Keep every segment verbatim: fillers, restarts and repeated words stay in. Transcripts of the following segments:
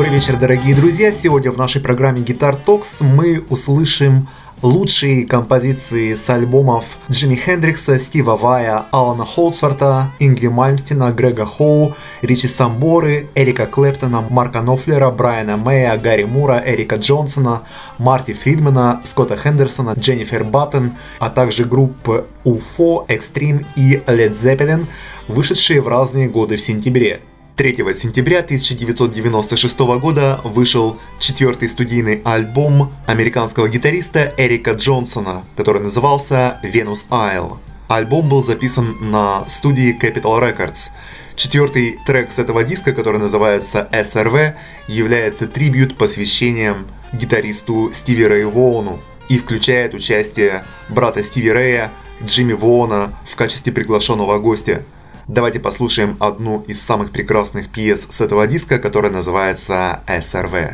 Добрый вечер, дорогие друзья! Сегодня в нашей программе Guitar Talks мы услышим лучшие композиции с альбомов Джимми Хендрикса, Стива Вая, Алана Холдсворта, Ингви Мальмстена, Грега Хоу, Ричи Самборы, Эрика Клэптона, Марка Нофлера, Брайана Мэя, Гарри Мура, Эрика Джонсона, Марти Фридмана, Скотта Хендерсона, Дженнифер Баттон, а также группы ю эф о, Extreme и Led Zeppelin, вышедшие в разные годы в сентябре. третьего сентября тысяча девятьсот девяносто шестого года вышел четвертый студийный альбом американского гитариста Эрика Джонсона, который назывался Venus Isle. Альбом был записан на студии Capitol Records. Четвертый трек с этого диска, который называется эс эр ви, является трибьют, посвящением гитаристу Стиви Рэй Воуну и включает участие брата Стиви Рэя, Джимми Воуна, в качестве приглашенного гостя. Давайте послушаем одну из самых прекрасных пьес с этого диска, которая называется эс эр ви.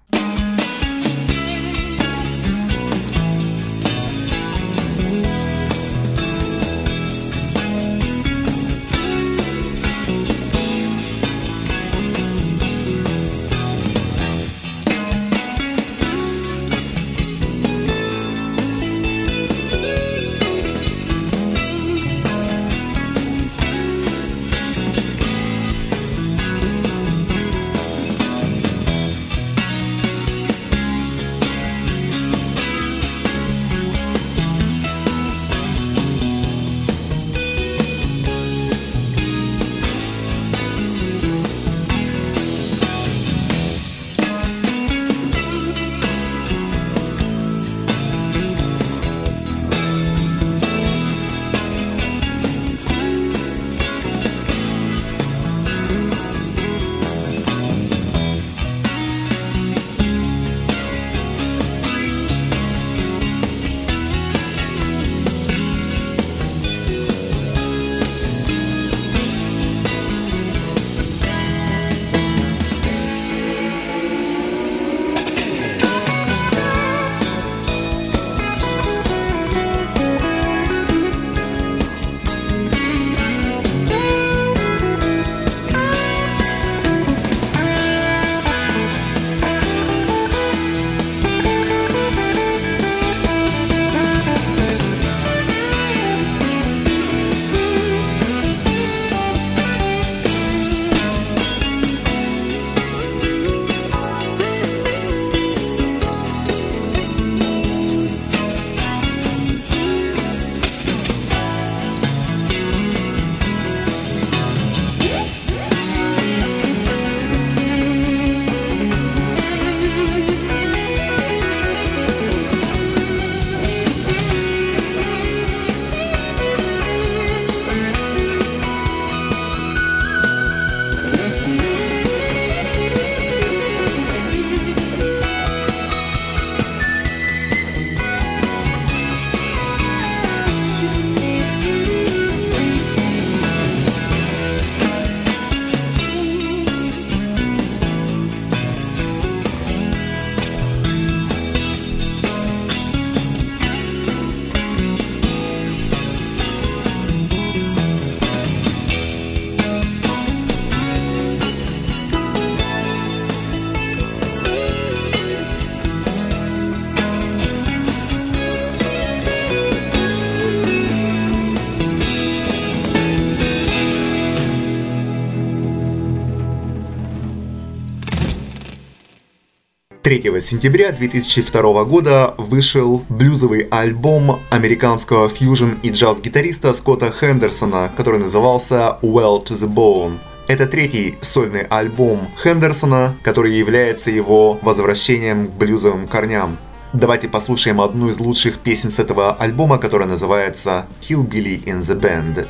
третьего сентября две тысячи второго года вышел блюзовый альбом американского фьюжн и джаз-гитариста Скотта Хендерсона, который назывался Well to the Bone. Это третий сольный альбом Хендерсона, который является его возвращением к блюзовым корням. Давайте послушаем одну из лучших песен с этого альбома, которая называется Hillbilly in the Band.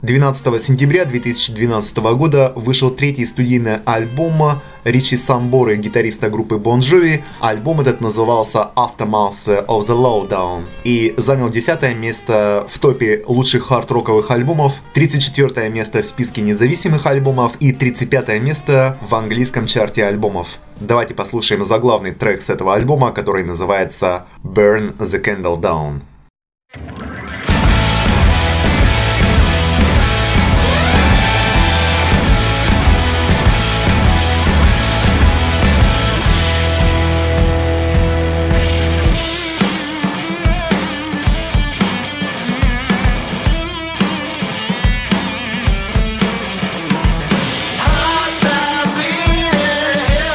двенадцатого сентября две тысячи двенадцатого года вышел третий студийный альбом Ричи Самборы, гитариста группы Bon Jovi. Альбом этот назывался Aftermath of the Lowdown и занял десятое место в топе лучших хард-роковых альбомов, тридцать четвёртое место в списке независимых альбомов и тридцать пятое место в английском чарте альбомов. Давайте послушаем заглавный трек с этого альбома, который называется Burn the Candle Down.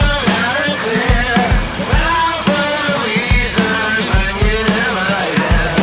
Reasons when you never had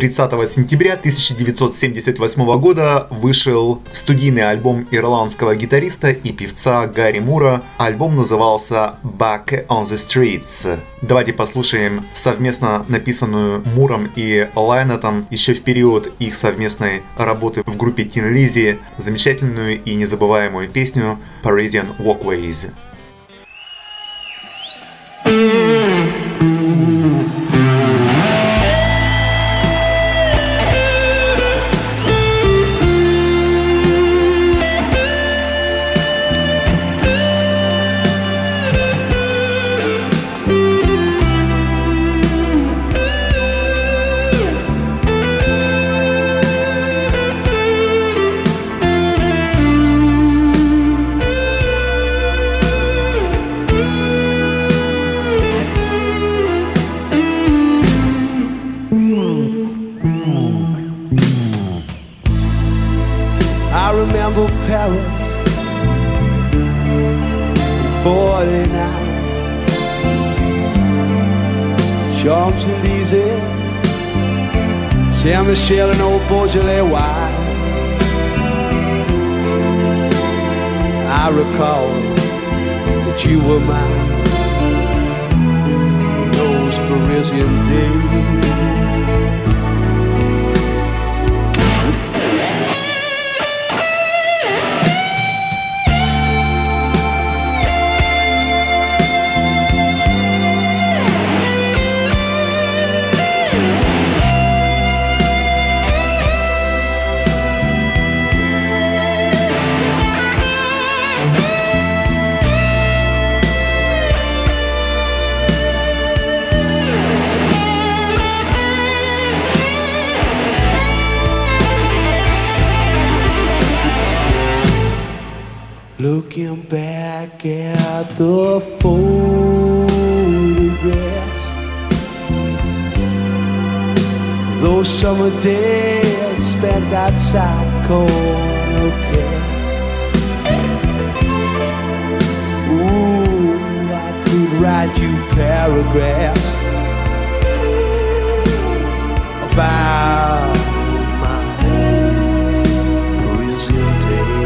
тридцатого сентября тысяча девятьсот семьдесят восьмого года вышел студийный альбом ирландского гитариста и певца Гарри Мура. Альбом назывался Back on the Streets. Давайте послушаем совместно написанную Муром и Лайнетом еще в период их совместной работы в группе Tin Lizzy замечательную и незабываемую песню Parisian Walkways. Paris forty-nine, Champs-Élysées, Saint-Michel and old Beaujolais wine. I recall that you were mine in those Parisian days. Looking back at the photographs, those summer days spent outside corner cafes. Ooh, I could write you paragraphs about my old Parisian days.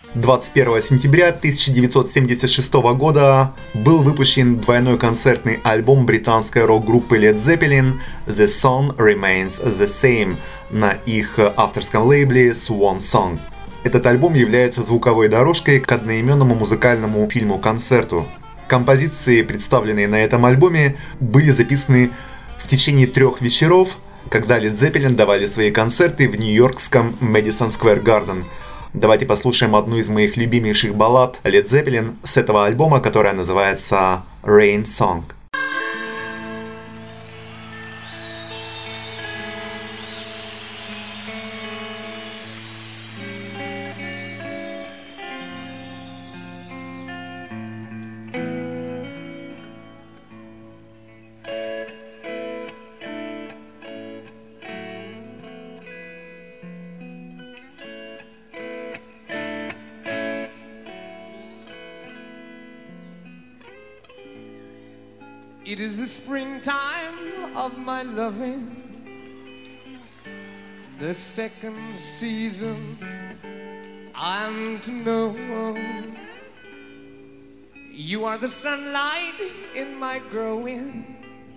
двадцать первого сентября тысяча девятьсот семьдесят шестого года был выпущен двойной концертный альбом британской рок-группы Led Zeppelin «The Song Remains the Same» на их авторском лейбле Swan Song. Этот альбом является звуковой дорожкой к одноименному музыкальному фильму-концерту. Композиции, представленные на этом альбоме, были записаны в течение трех вечеров, когда Led Zeppelin давали свои концерты в нью-йоркском Madison Square Garden. Давайте послушаем одну из моих любимейших баллад Led Zeppelin с этого альбома, которая называется Rain Song. It is the springtime of my loving, the second season I'm to know. You are the sunlight in my growing,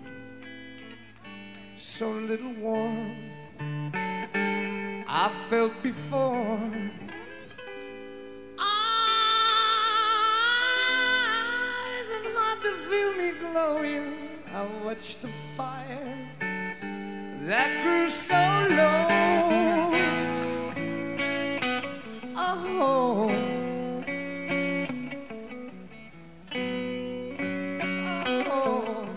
so little warmth I felt before. To feel me glowing, I watched the fire that grew so low. Oh, oh,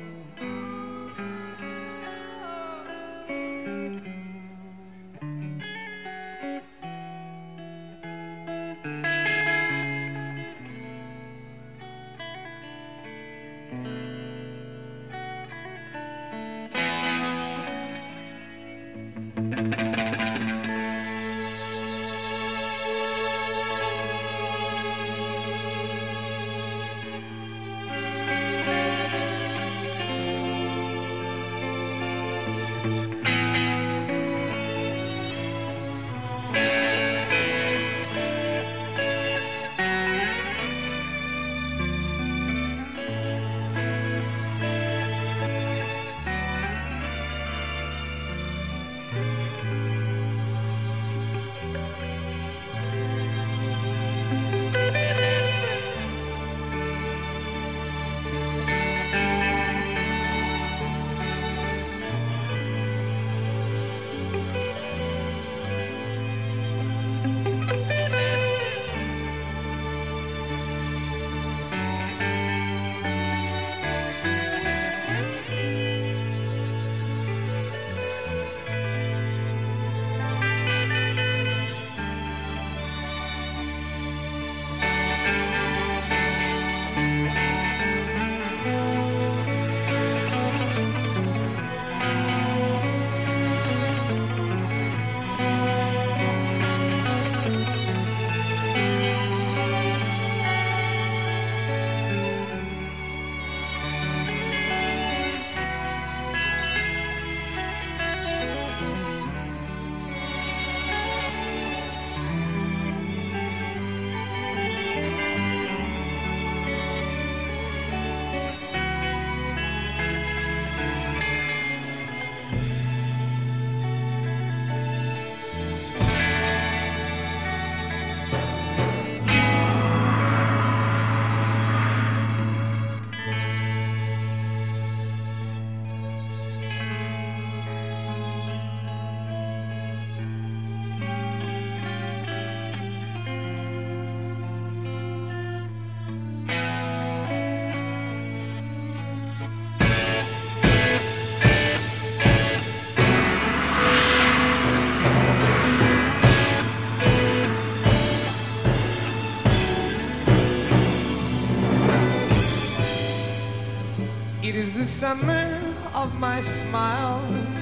it is the summer of my smiles.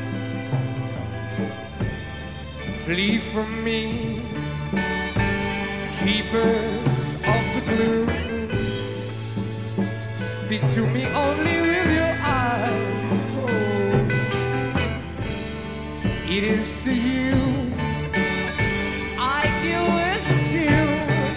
Flee from me, keepers of the gloom. Speak to me only with your eyes. Oh, it is to you I give this tune.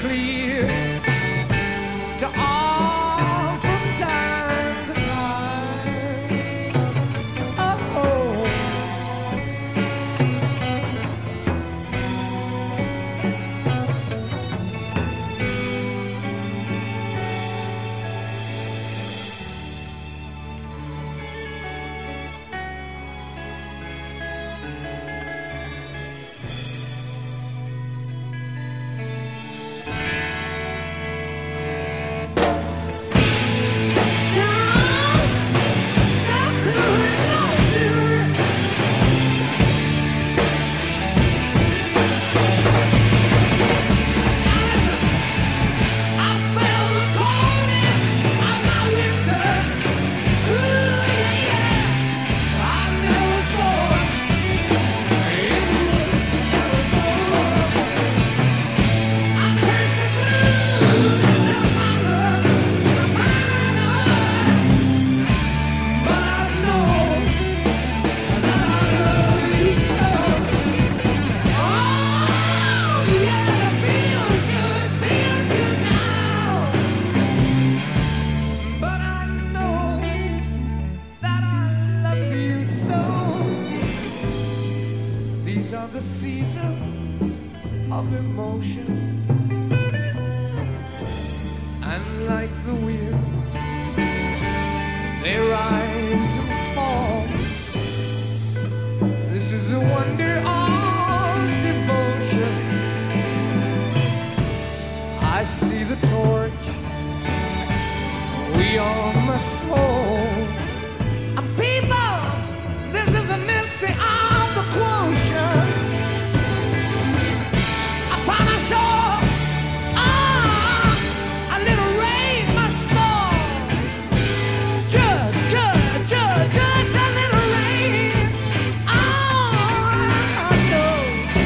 clear to all from time to time. Oh, the seasons of emotion, and like the wind they rise and fall. This is a wonder of devotion. I see the torch we all must hold. And people, this is a mystery of the quotient. Upon us all, ah, a little rain must fall. Just, just, just, just a little rain. Ah, I know.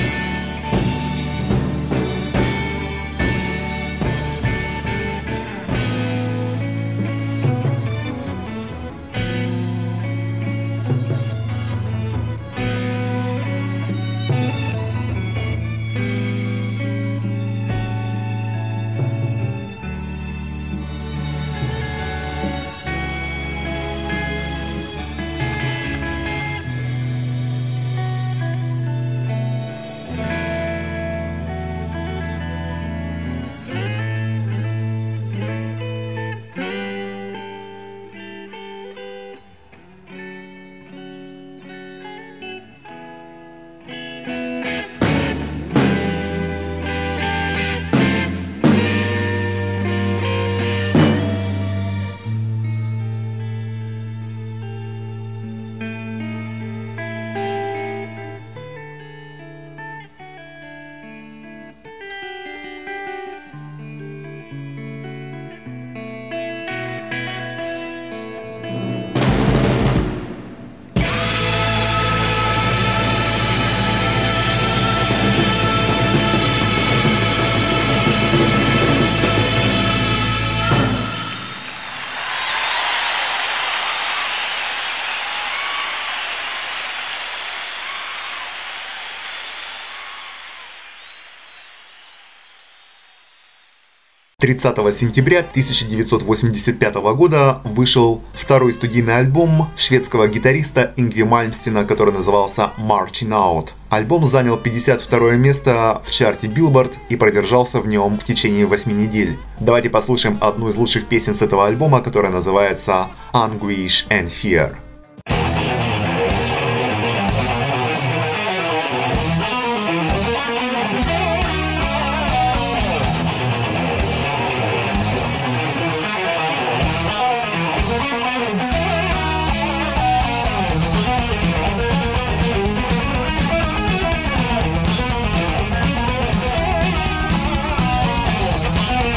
тридцатого сентября тысяча девятьсот восемьдесят пятого года вышел второй студийный альбом шведского гитариста Ингви Мальмстена, который назывался Marching Out. Альбом занял пятьдесят второе место в чарте Billboard и продержался в нем в течение восьми недель. Давайте послушаем одну из лучших песен с этого альбома, которая называется Anguish and Fear.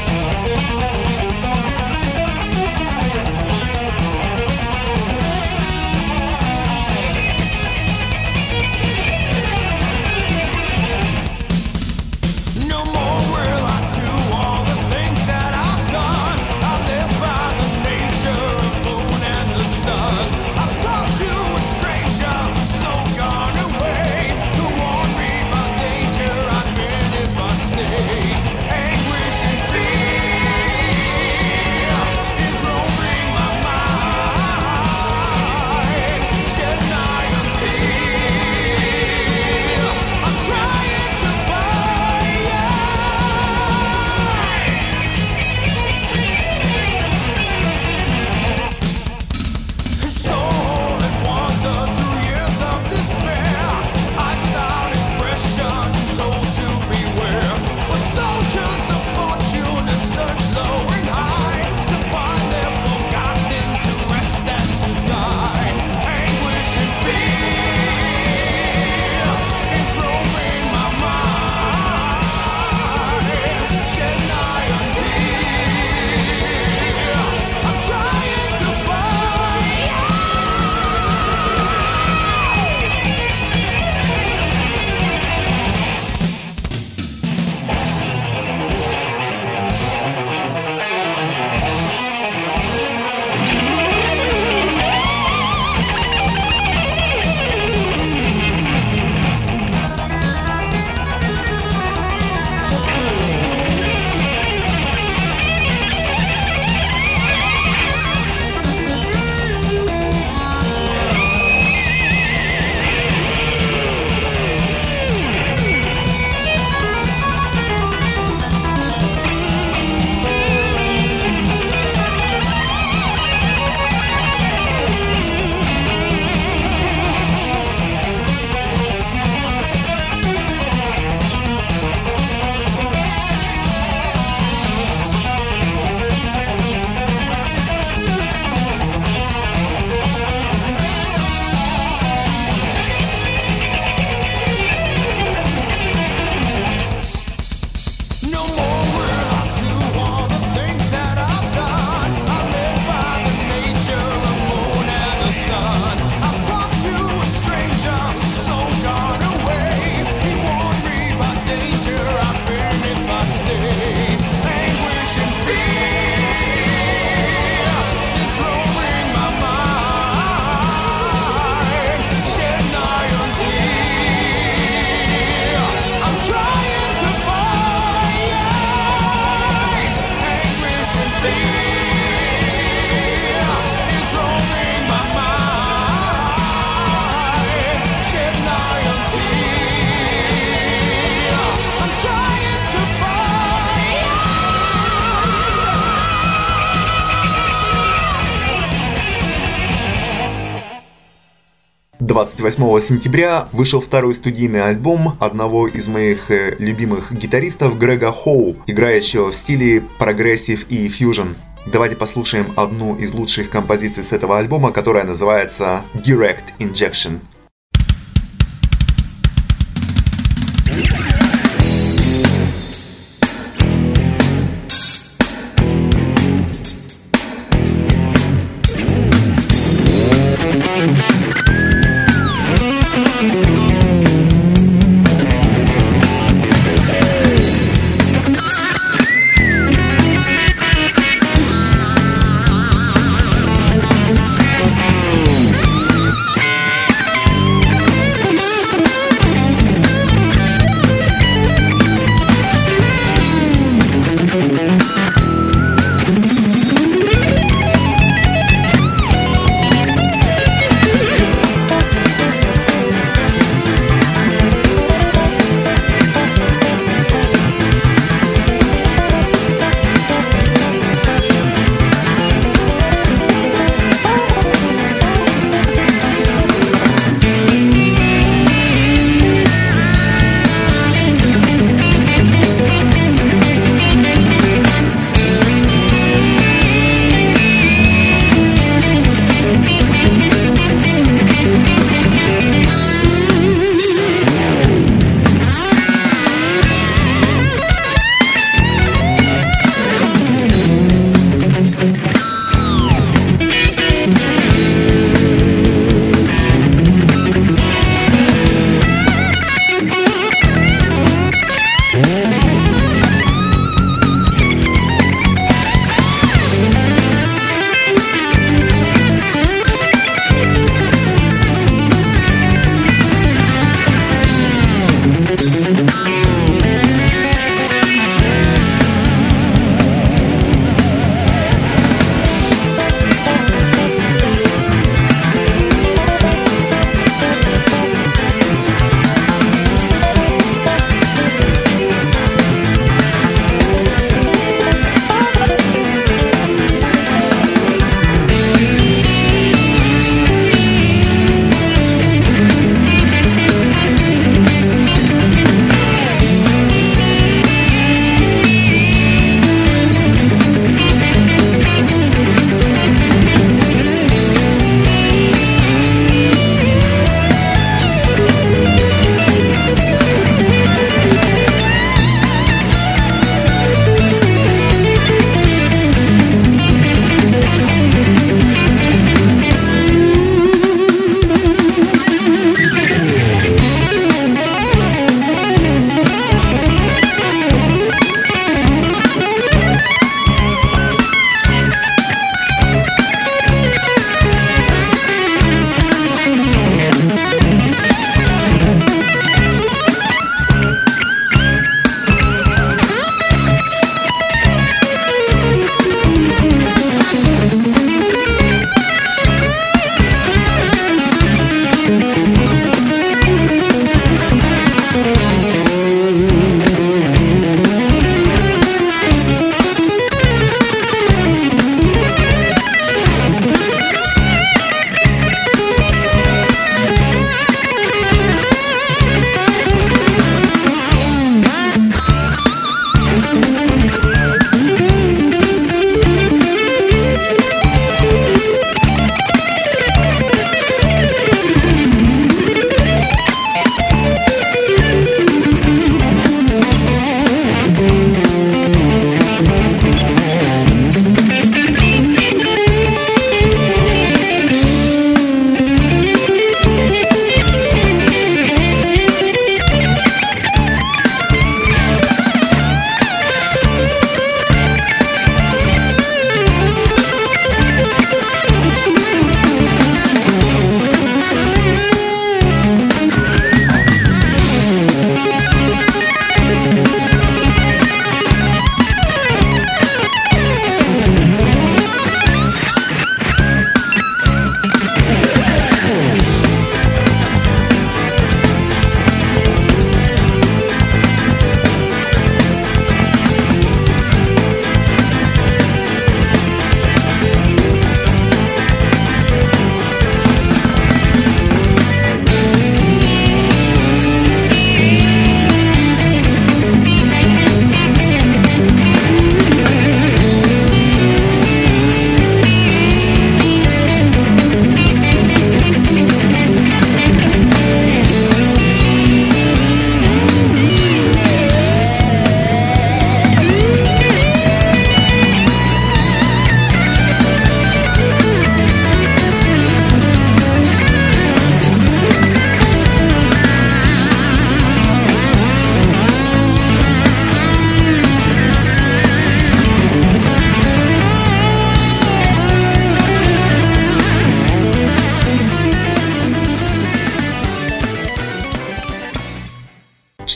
Oh, двадцать восьмого сентября вышел второй студийный альбом одного из моих э, любимых гитаристов Грега Хоу, играющего в стиле прогрессив и фьюжн. Давайте послушаем одну из лучших композиций с этого альбома, которая называется Direct Injection.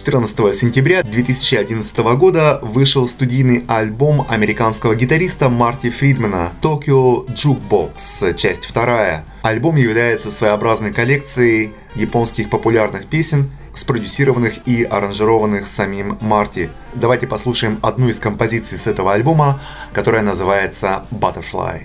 четырнадцатого сентября две тысячи одиннадцатого года вышел студийный альбом американского гитариста Марти Фридмана «Tokyo Jukebox», часть вторая. Альбом является своеобразной коллекцией японских популярных песен, спродюсированных и аранжированных самим Марти. Давайте послушаем одну из композиций с этого альбома, которая называется «Butterfly».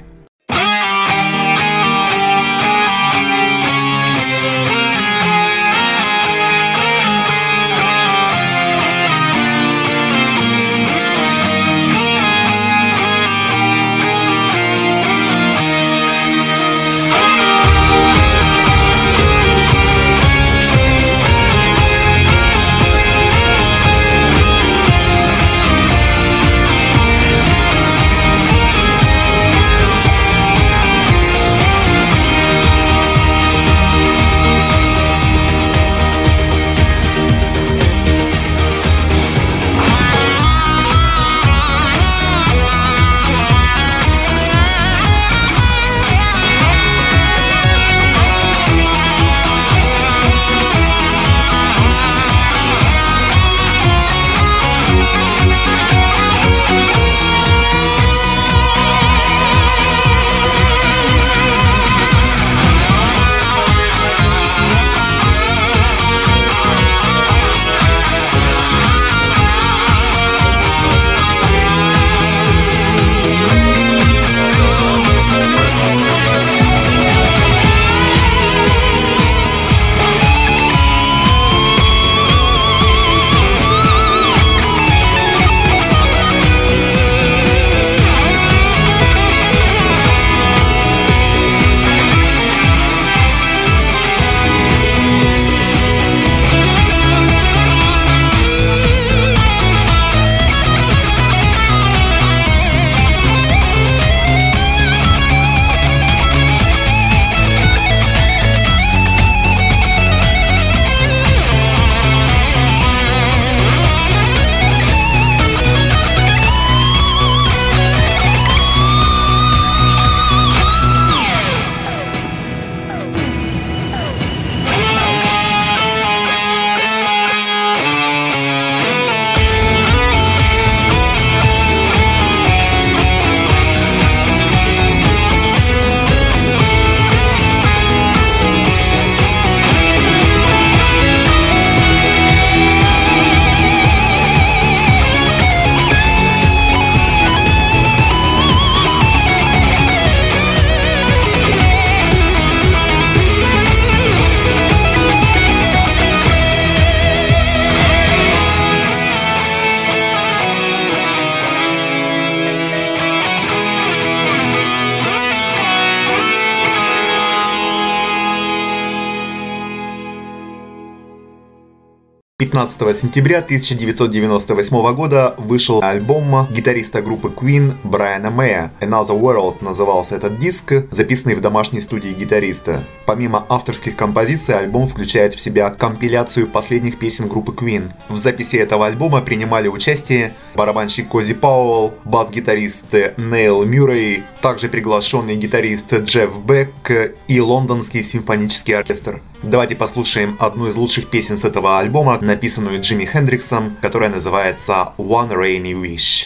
пятнадцатого сентября тысяча девятьсот девяносто восьмого года вышел альбом гитариста группы Queen Брайана Мэя. Another World назывался этот диск, записанный в домашней студии гитариста. Помимо авторских композиций, альбом включает в себя компиляцию последних песен группы Queen. В записи этого альбома принимали участие барабанщик Кози Пауэлл, бас-гитарист Нейл Мюррей, также приглашенный гитарист Джефф Бек и лондонский симфонический оркестр. Давайте послушаем одну из лучших песен с этого альбома, написанную Джимми Хендриксом, которая называется «One Rainy Wish».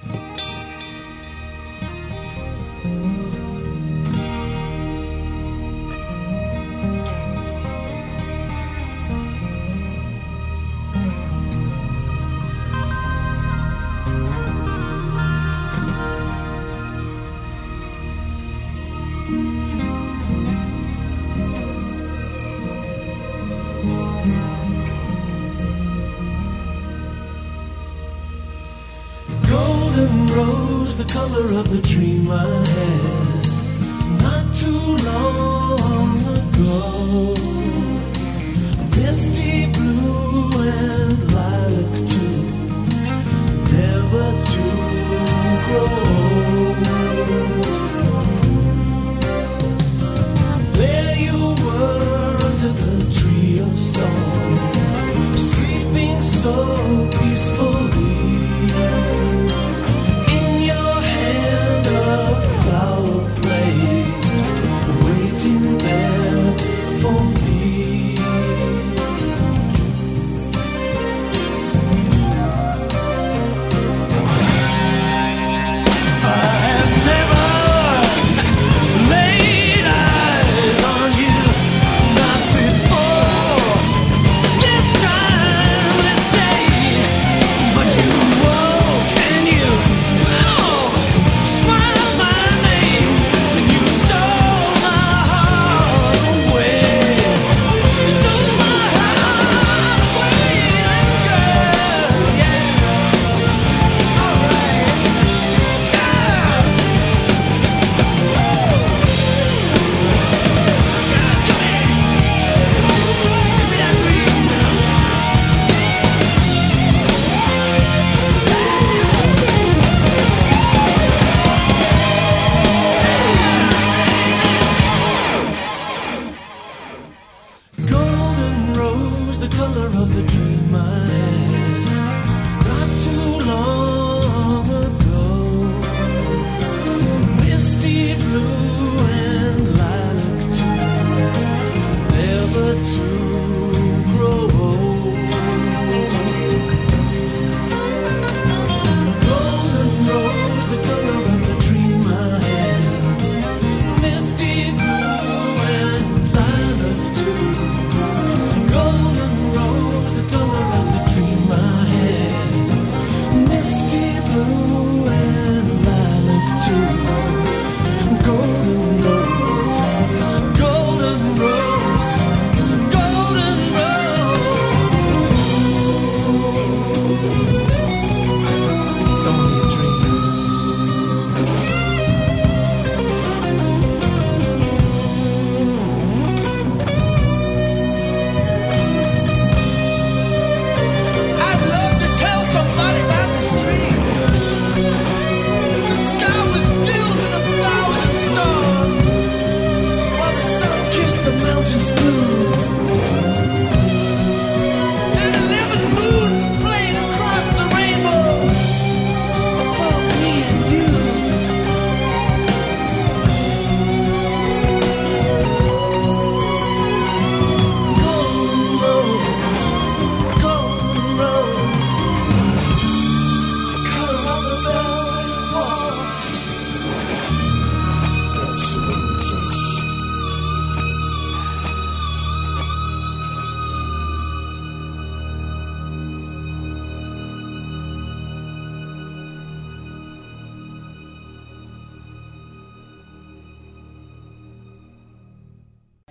The color of the dream I had not too long ago. Misty blue and lilac too, never to grow old. There you were under the tree of song, sleeping so peacefully.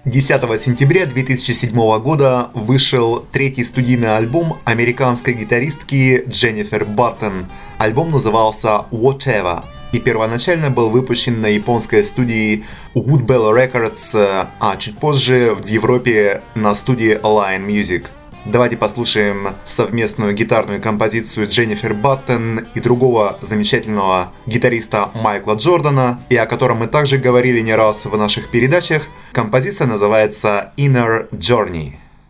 десятого сентября две тысячи седьмого года вышел третий студийный альбом американской гитаристки Дженнифер Баттон. Альбом назывался Whatever и первоначально был выпущен на японской студии Woodbell Records, а чуть позже в Европе на студии Lion Music. Давайте послушаем совместную гитарную композицию Дженнифер Баттон и другого замечательного гитариста Майкла Джордана, и о котором мы также говорили не раз в наших передачах. Композиция называется Inner Journey.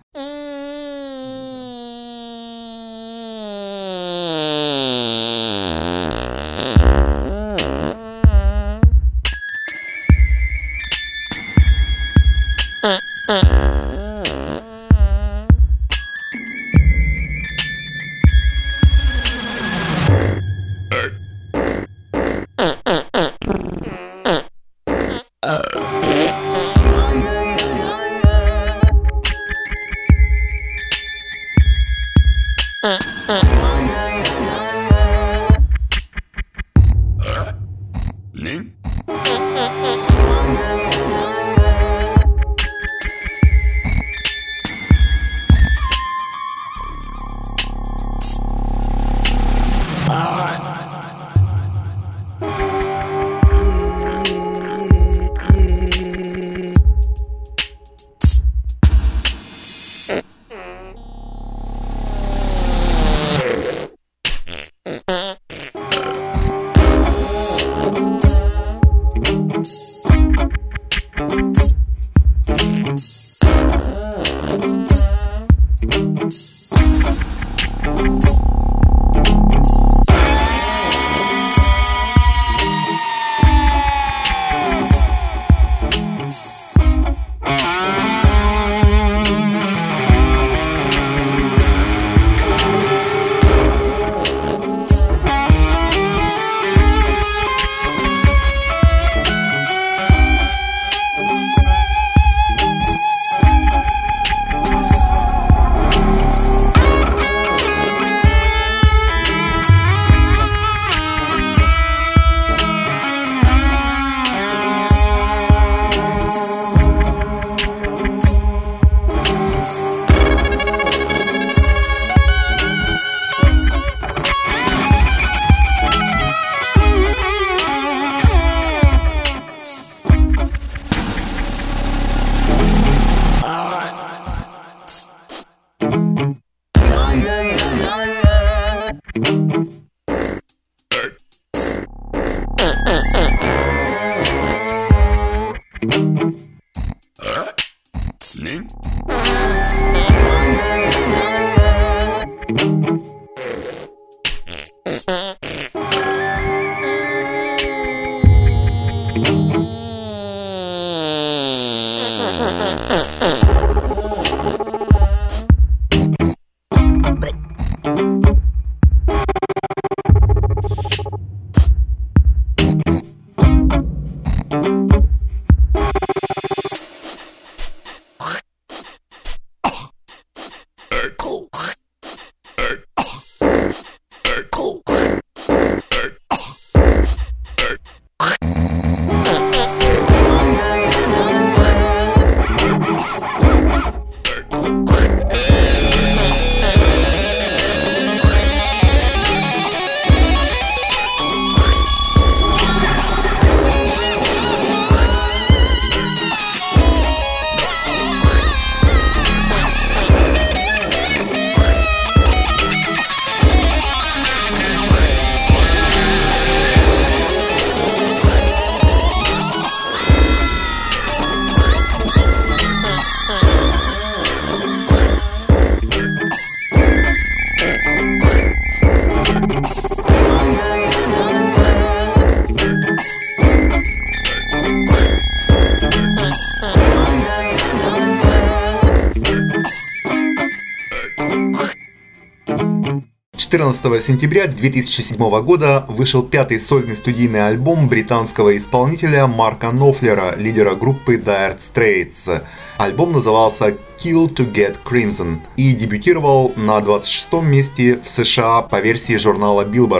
четырнадцатого сентября две тысячи седьмого года вышел пятый сольный студийный альбом британского исполнителя Марка Knopfler, лидера группы Dire Straits. Альбом назывался Kill to Get Crimson и дебютировал на двадцать шестом месте в США по версии журнала Billboard.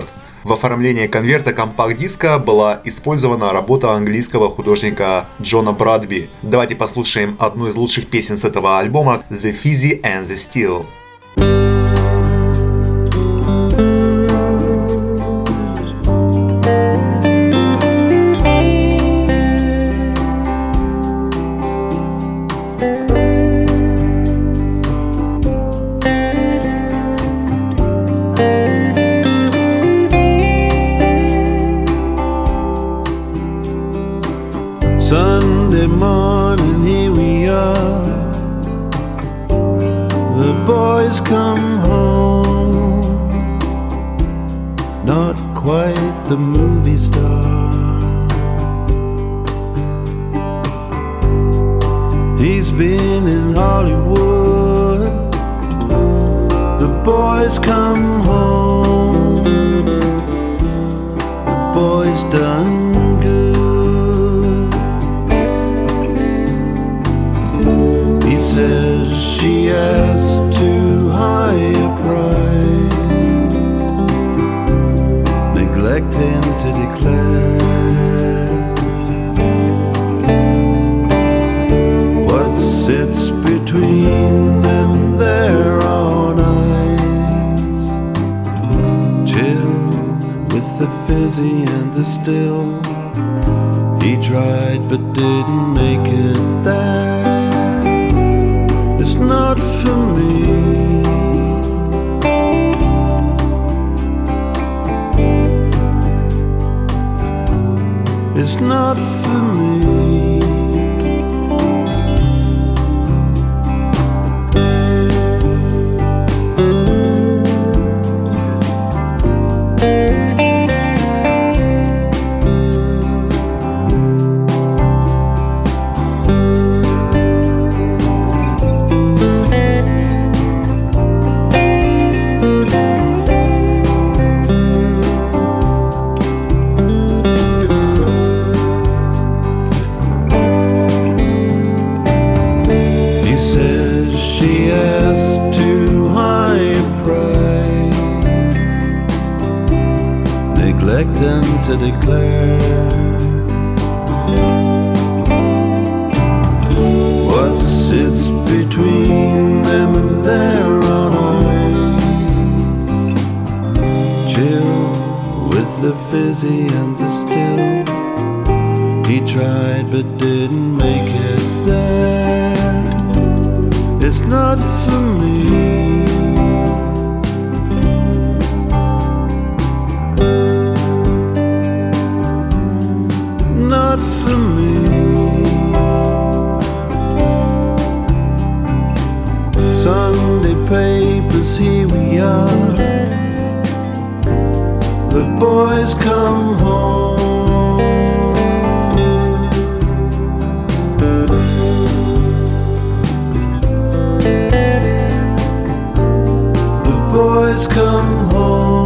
В оформлении конверта компакт-диска была использована работа английского художника Джона Брадби. Давайте послушаем одну из лучших песен с этого альбома «The Fizzy and the Steel». Sunday morning, here we are. The boys come home, not quite the movie star. He's been in Hollywood. The boys come home. The boys done says she asked too high a price, neglecting to declare what sits between them there on ice. Chill with the fizzy and the still. He tried but didn't make it there. It's not for me. It's not for me. To declare what sits between them and their own eyes. Chill with the fizzy and the still. He tried but didn't make it there. It's not for me. Not for me. Sunday papers, here we are. The boys come home. The boys come home.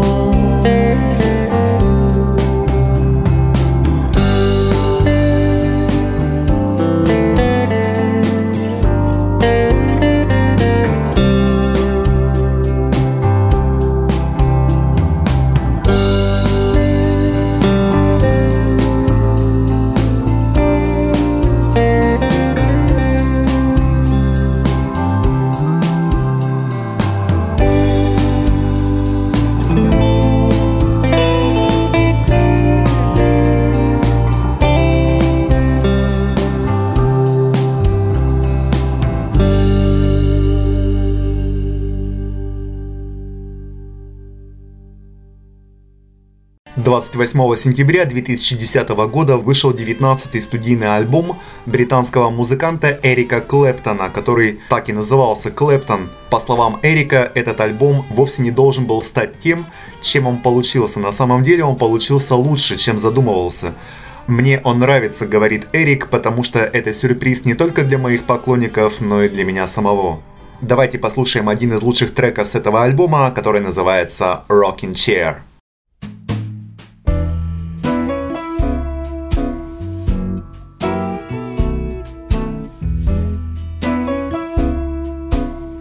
двадцать восьмого сентября две тысячи десятого года вышел девятнадцатый студийный альбом британского музыканта Эрика Клэптона, который так и назывался «Клэптон». По словам Эрика, этот альбом вовсе не должен был стать тем, чем он получился. На самом деле он получился лучше, чем задумывался. «Мне он нравится», — говорит Эрик, «потому что это сюрприз не только для моих поклонников, но и для меня самого». Давайте послушаем один из лучших треков с этого альбома, который называется «Rocking Chair».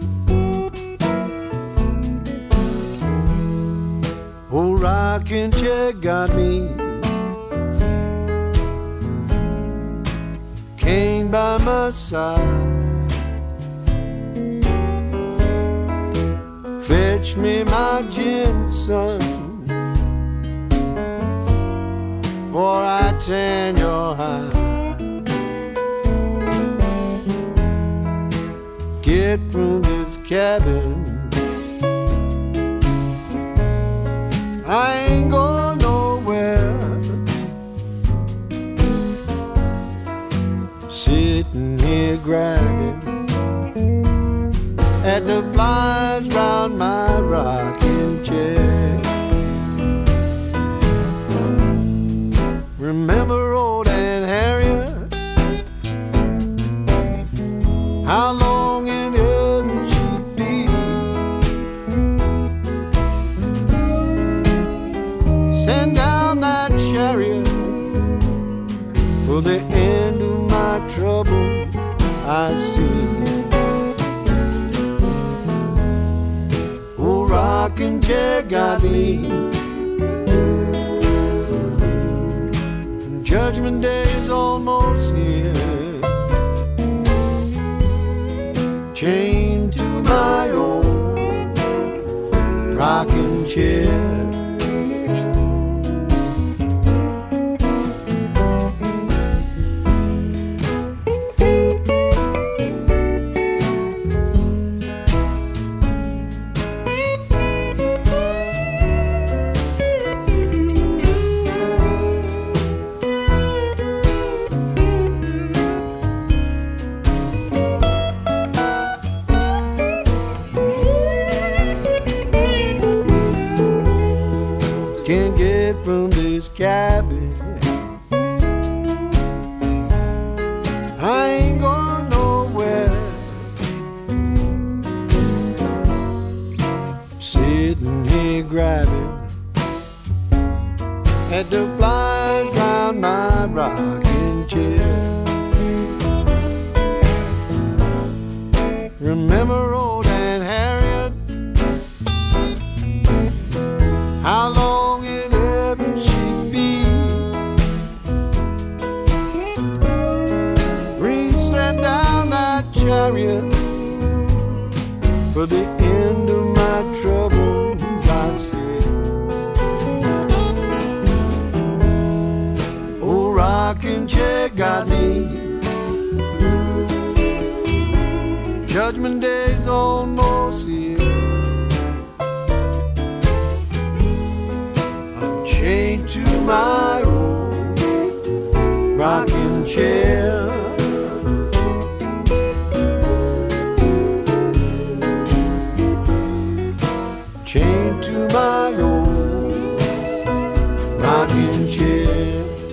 Rocking chair stand by my side. Fetch me my gin, son, for I tan your hide. Get from this cabin, I ain't going nowhere. Sitting here grabbing at the flies round my rocking chair. Remember old Aunt Harriet, how long in heaven she'd be. Send down that chariot for the end of my trouble I see. Old rocking chair got me. Judgment Day is almost here. Chained to my old rocking chair. Can't get from this cabin, I ain't going nowhere. Sitting here grabbing at the flies round my rocking chair. Remember old Aunt Harriet, how long in heaven she'd be. Reach that down that chariot for the end of my troubles, I said. Old rocking chair got me. Judgment Day's almost here. I'm chained to my old rocking chair. Chained to my old rocking chair.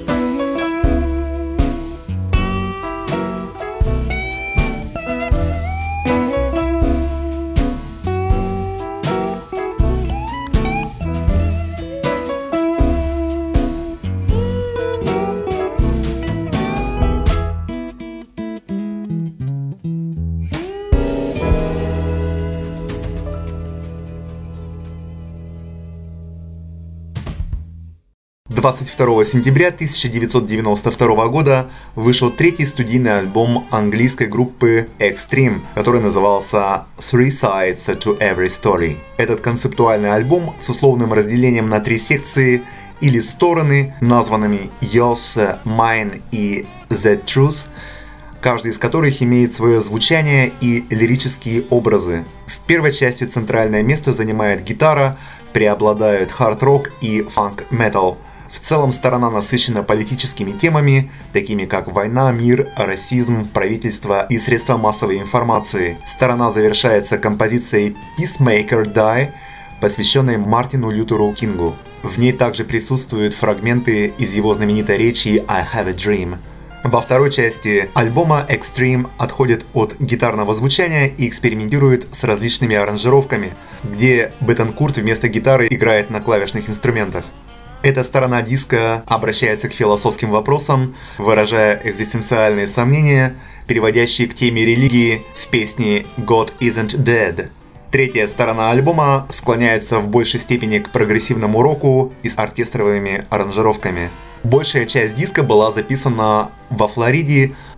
двадцать второго сентября тысяча девятьсот девяносто второго года вышел третий студийный альбом английской группы Extreme, который назывался Three Sides to Every Story. Этот концептуальный альбом с условным разделением на три секции или стороны, названными Yours, Mine и The Truth, каждый из которых имеет свое звучание и лирические образы. В первой части центральное место занимает гитара, преобладают хард-рок и фанк-метал. В целом сторона насыщена политическими темами, такими как война, мир, расизм, правительство и средства массовой информации. Сторона завершается композицией Peacemaker Die, посвященной Мартину Лютеру Кингу. В ней также присутствуют фрагменты из его знаменитой речи I Have a Dream. Во второй части альбома Extreme отходит от гитарного звучания и экспериментирует с различными аранжировками, где Бетанкурт вместо гитары играет на клавишных инструментах. Эта сторона диска обращается к философским вопросам, выражая экзистенциальные сомнения, переводящие к теме религии в песне God Isn't Dead. Третья сторона альбома склоняется в большей степени к прогрессивному року и с оркестровыми аранжировками. Большая часть диска была записана во Флориде,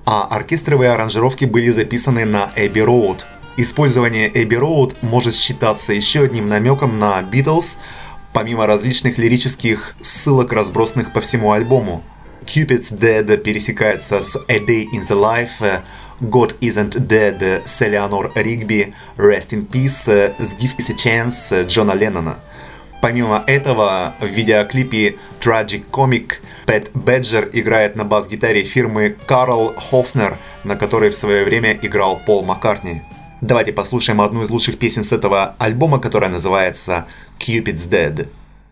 а оркестровые аранжировки были записаны на Abbey Road. Использование Abbey Road может считаться еще одним намеком на Beatles, помимо различных лирических ссылок, разбросанных по всему альбому. Cupid's Dead пересекается с A Day in the Life, God Isn't Dead с Eleanor Rigby, Rest in Peace с Give Peace a Chance Джона Леннона. Помимо этого, в видеоклипе Tragic Comic Пэт Бэджер играет на бас-гитаре фирмы Карл Хофнер, на которой в свое время играл Пол Маккартни. Давайте послушаем одну из лучших песен с этого альбома, которая называется Cupid's Dead.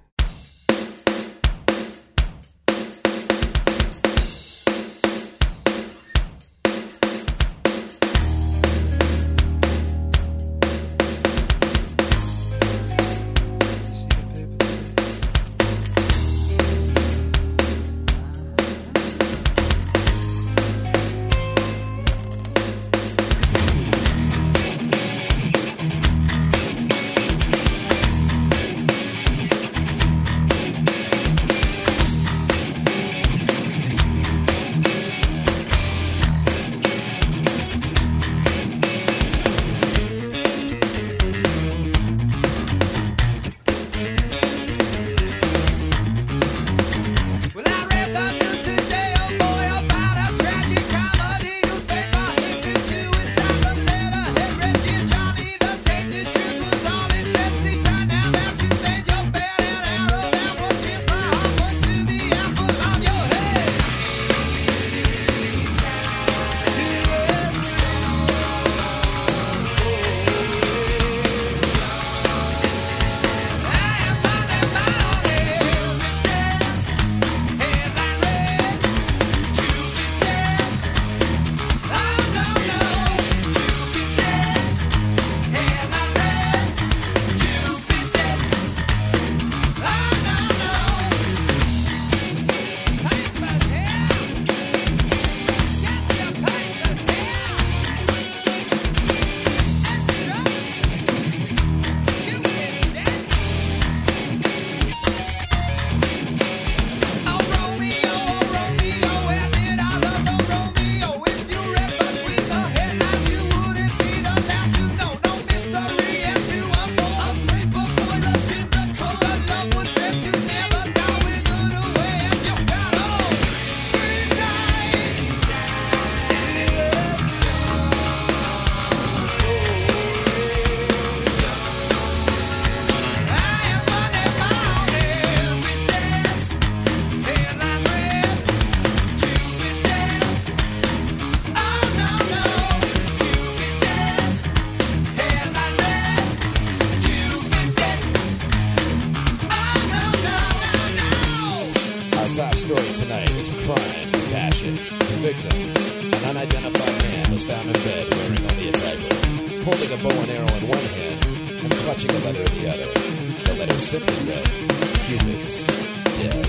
Top story tonight is crime, passion. The victim, an unidentified man, was found in bed wearing only a tightrope, holding a bow and arrow in one hand and clutching a letter in the other. The letter simply read, Cupid's Dead.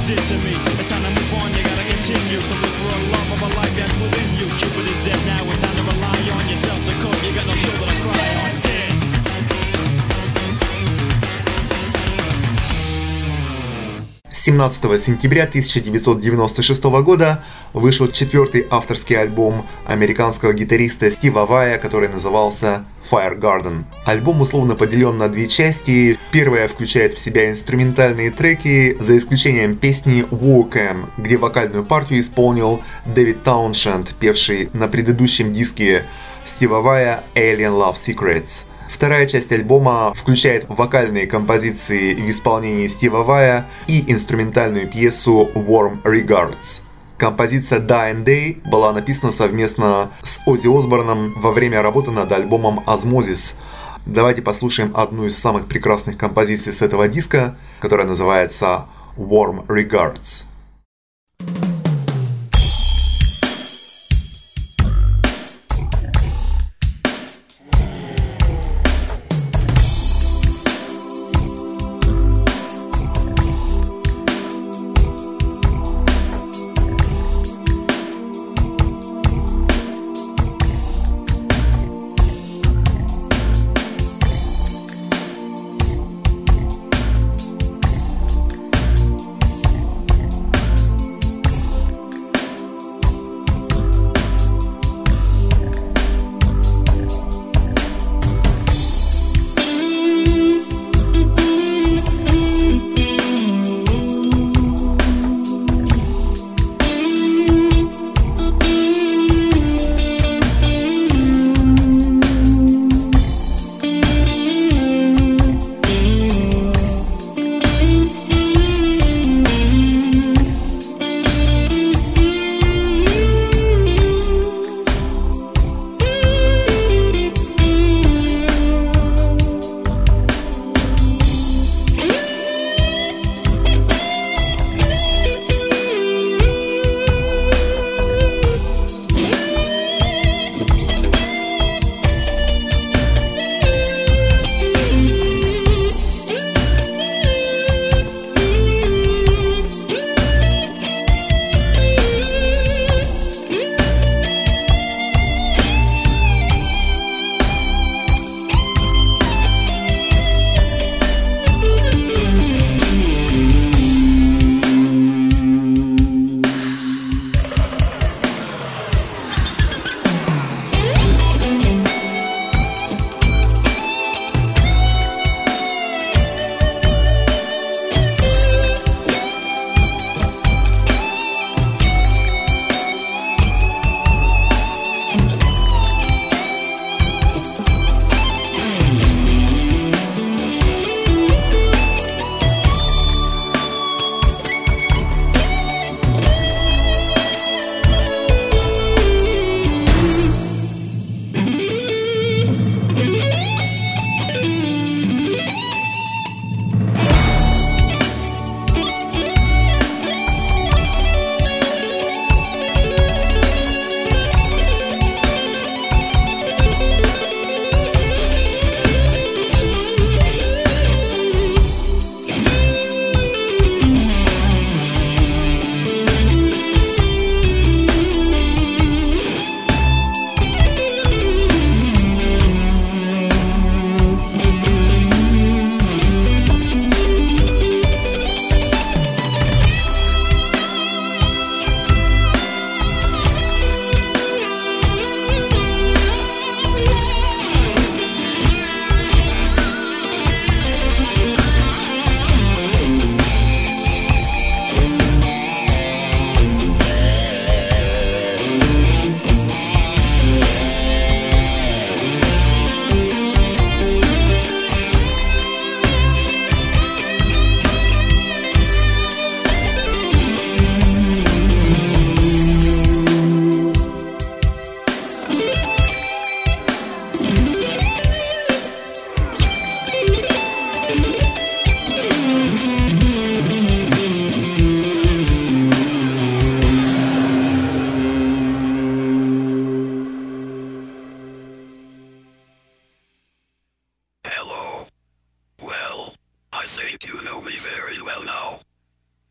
did to me. It's time to move on, you gotta continue to look for a love of a life that's within you. Jupiter's dead now, it's time to rely on yourself to cook. You got no shoulder to cry on. Dead. семнадцатого сентября тысяча девятьсот девяносто шестого года вышел четвертый авторский альбом американского гитариста Стива Вая, который назывался Fire Garden. Альбом условно поделен на две части. Первая включает в себя инструментальные треки, за исключением песни Walk-Em, где вокальную партию исполнил Дэвид Тауншенд, певший на предыдущем диске Стива Вая Alien Love Secrets. Вторая часть альбома включает вокальные композиции в исполнении Стива Вая и инструментальную пьесу Warm Regards. Композиция Die and Day была написана совместно с Оззи Осборном во время работы над альбомом Osmosis. Давайте послушаем одну из самых прекрасных композиций с этого диска, которая называется Warm Regards.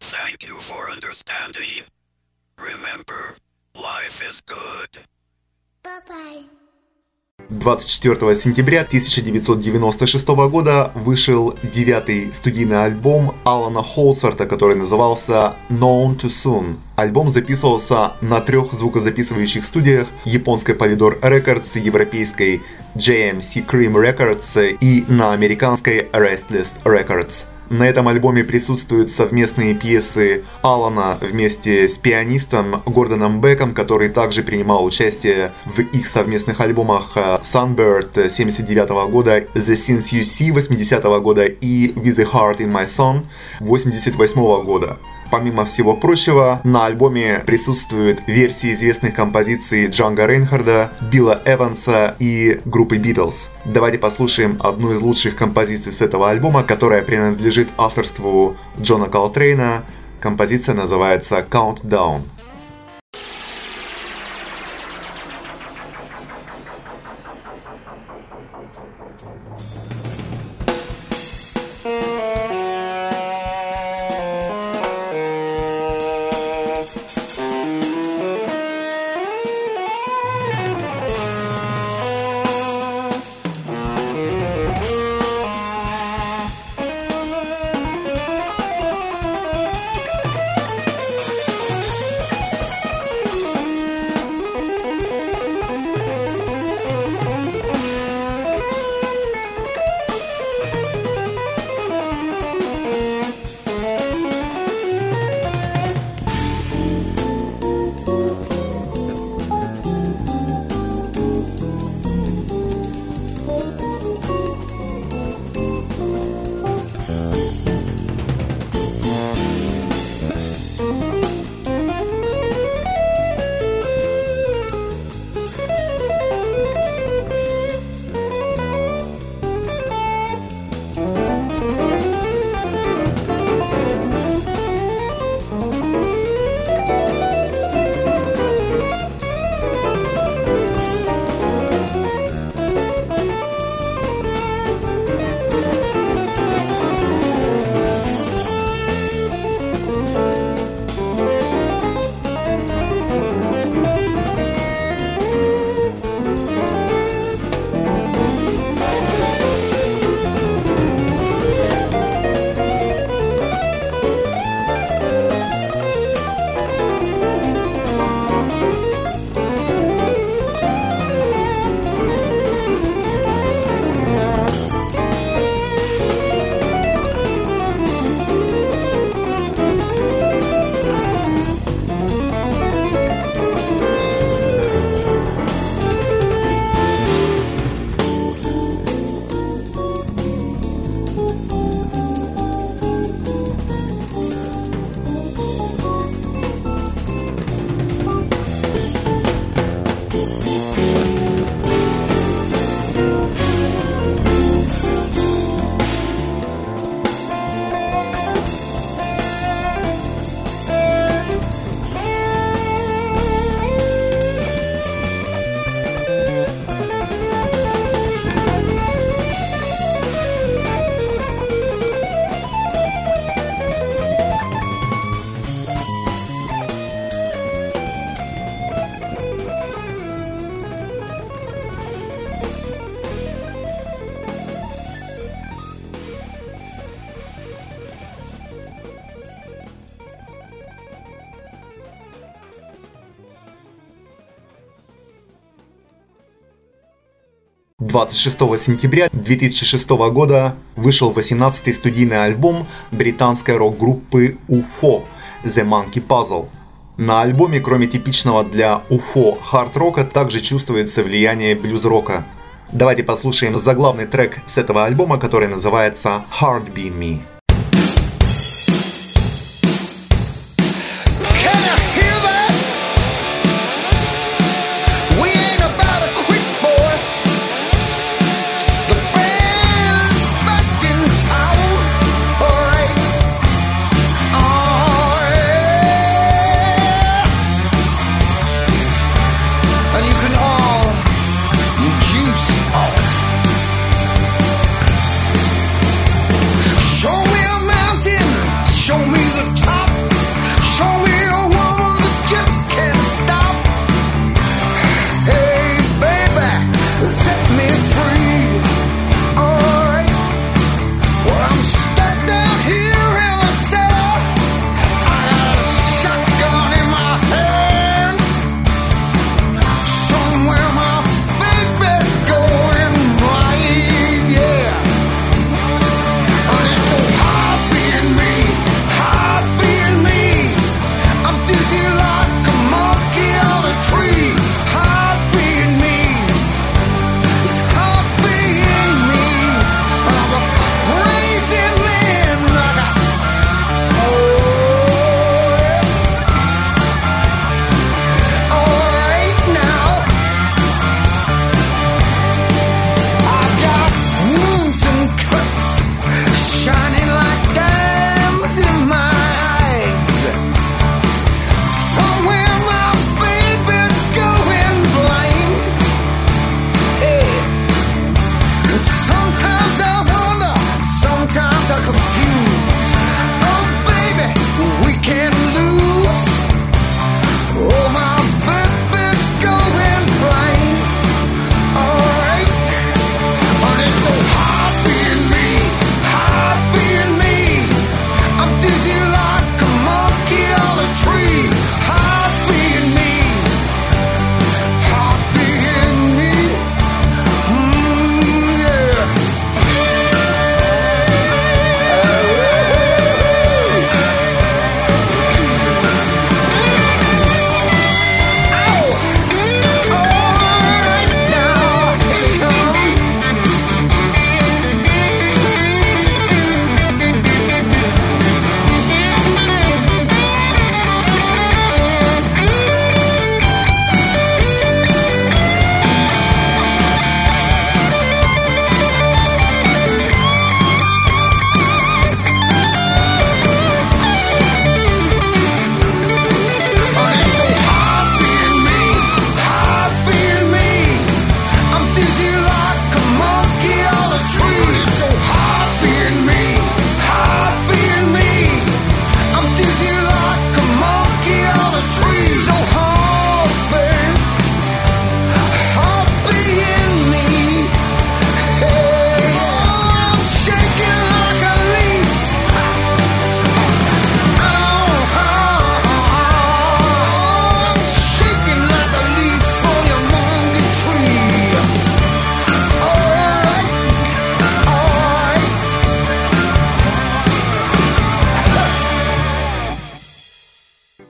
Thank you for understanding. Remember, life is good. Bye-bye. двадцать четвёртого сентября тысяча девятьсот девяносто шестого года вышел девятый студийный альбом Алана Холсворта, который назывался Known Too Soon. Альбом записывался на трех звукозаписывающих студиях: японской Polydor Records, европейской джей эм си Cream Records и на американской Restless Records. На этом альбоме присутствуют совместные пьесы Алана вместе с пианистом Гордоном Беком, который также принимал участие в их совместных альбомах Sunbird семьдесят девятого года, The Things You See восьмидесятого года и With a Heart in My Song восемьдесят восьмого года. Помимо всего прочего, на альбоме присутствуют версии известных композиций Джанго Рейнхарда, Билла Эванса и группы Beatles. Давайте послушаем одну из лучших композиций с этого альбома, которая принадлежит авторству Джона Колтрейна. Композиция называется Countdown. двадцать шестого сентября две тысячи шестого года вышел восемнадцатый студийный альбом британской рок-группы ю эф о The Monkey Puzzle. На альбоме, кроме типичного для ю эф о хард-рока, также чувствуется влияние блюз-рока. Давайте послушаем заглавный трек с этого альбома, который называется Hard Being Me. Show me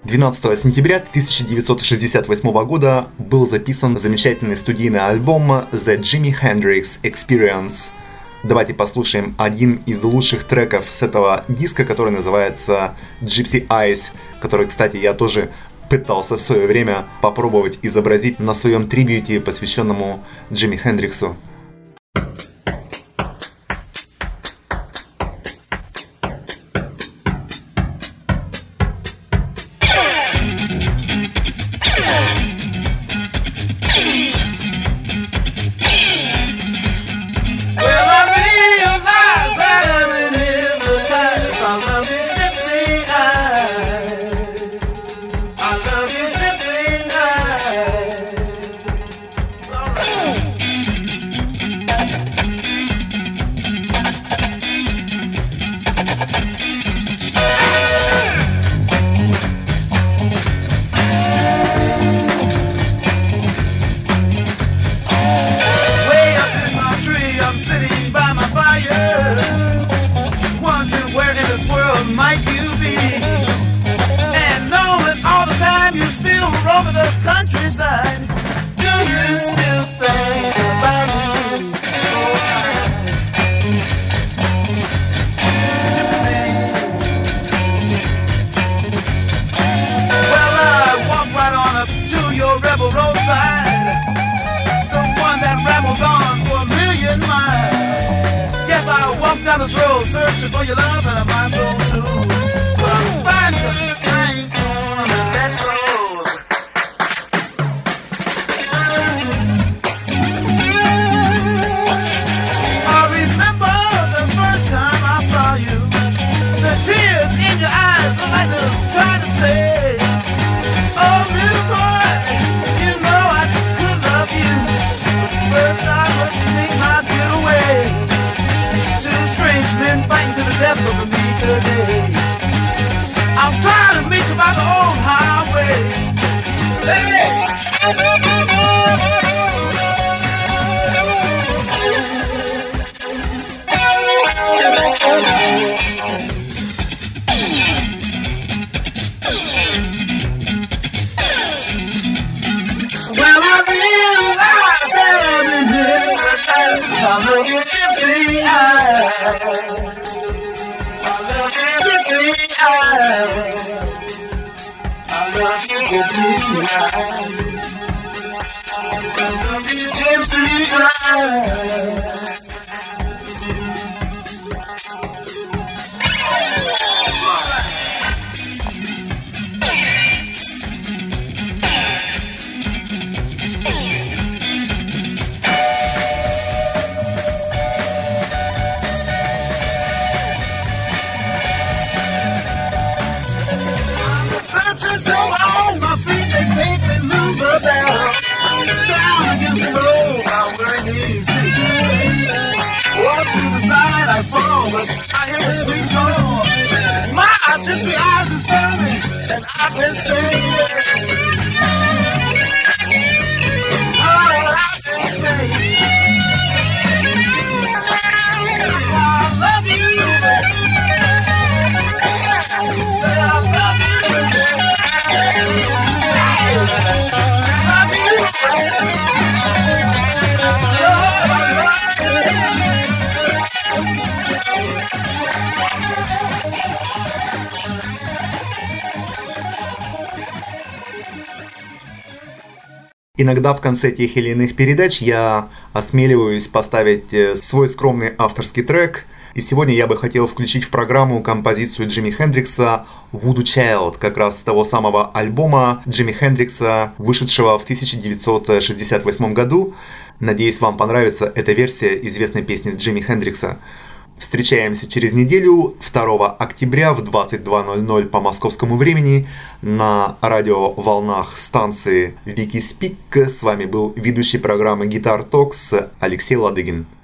двенадцатого сентября тысяча девятьсот шестьдесят восьмого года был записан замечательный студийный альбом The Jimi Hendrix Experience. Давайте послушаем один из лучших треков с этого диска, который называется Gypsy Eyes, который, кстати, я тоже пытался в свое время попробовать изобразить на своем трибьюте, посвященному Джимми Хендриксу. Searching for your love and my soul too. But I'm finding I ain't gonna let go. I remember the first time I saw you. The tears in your eyes were like I was trying to say, oh little boy, you know I could love you. But first I must make my getaway. Strange men fighting to the death over me today. I'm trying to meet you by the old highway. Hey! Well, I realize that I'm in hypnotized. I love you, gypsy eyes. I love you, gypsy eyes. I love you, gypsy eyes. I love you, gypsy eyes. So long, my feet they make me lose a battle. Down against the road, I'm wearing these feet. Up to the side I fall, but I hear a sweet call. My gypsy eyes is burning, and I've been saying all I've been saying. That's why I love you. Say I love you. Иногда в конце тех или иных передач я осмеливаюсь поставить свой скромный авторский трек. И сегодня я бы хотел включить в программу композицию Джимми Хендрикса «Voodoo Child», как раз с того самого альбома Джимми Хендрикса, вышедшего в тысяча девятьсот шестьдесят восьмом году. Надеюсь, вам понравится эта версия известной песни Джимми Хендрикса. Встречаемся через неделю, второго октября в двадцать два ноль ноль по московскому времени на радиоволнах станции Вики Спик. С вами был ведущий программы Guitar Talks Алексей Ладыгин.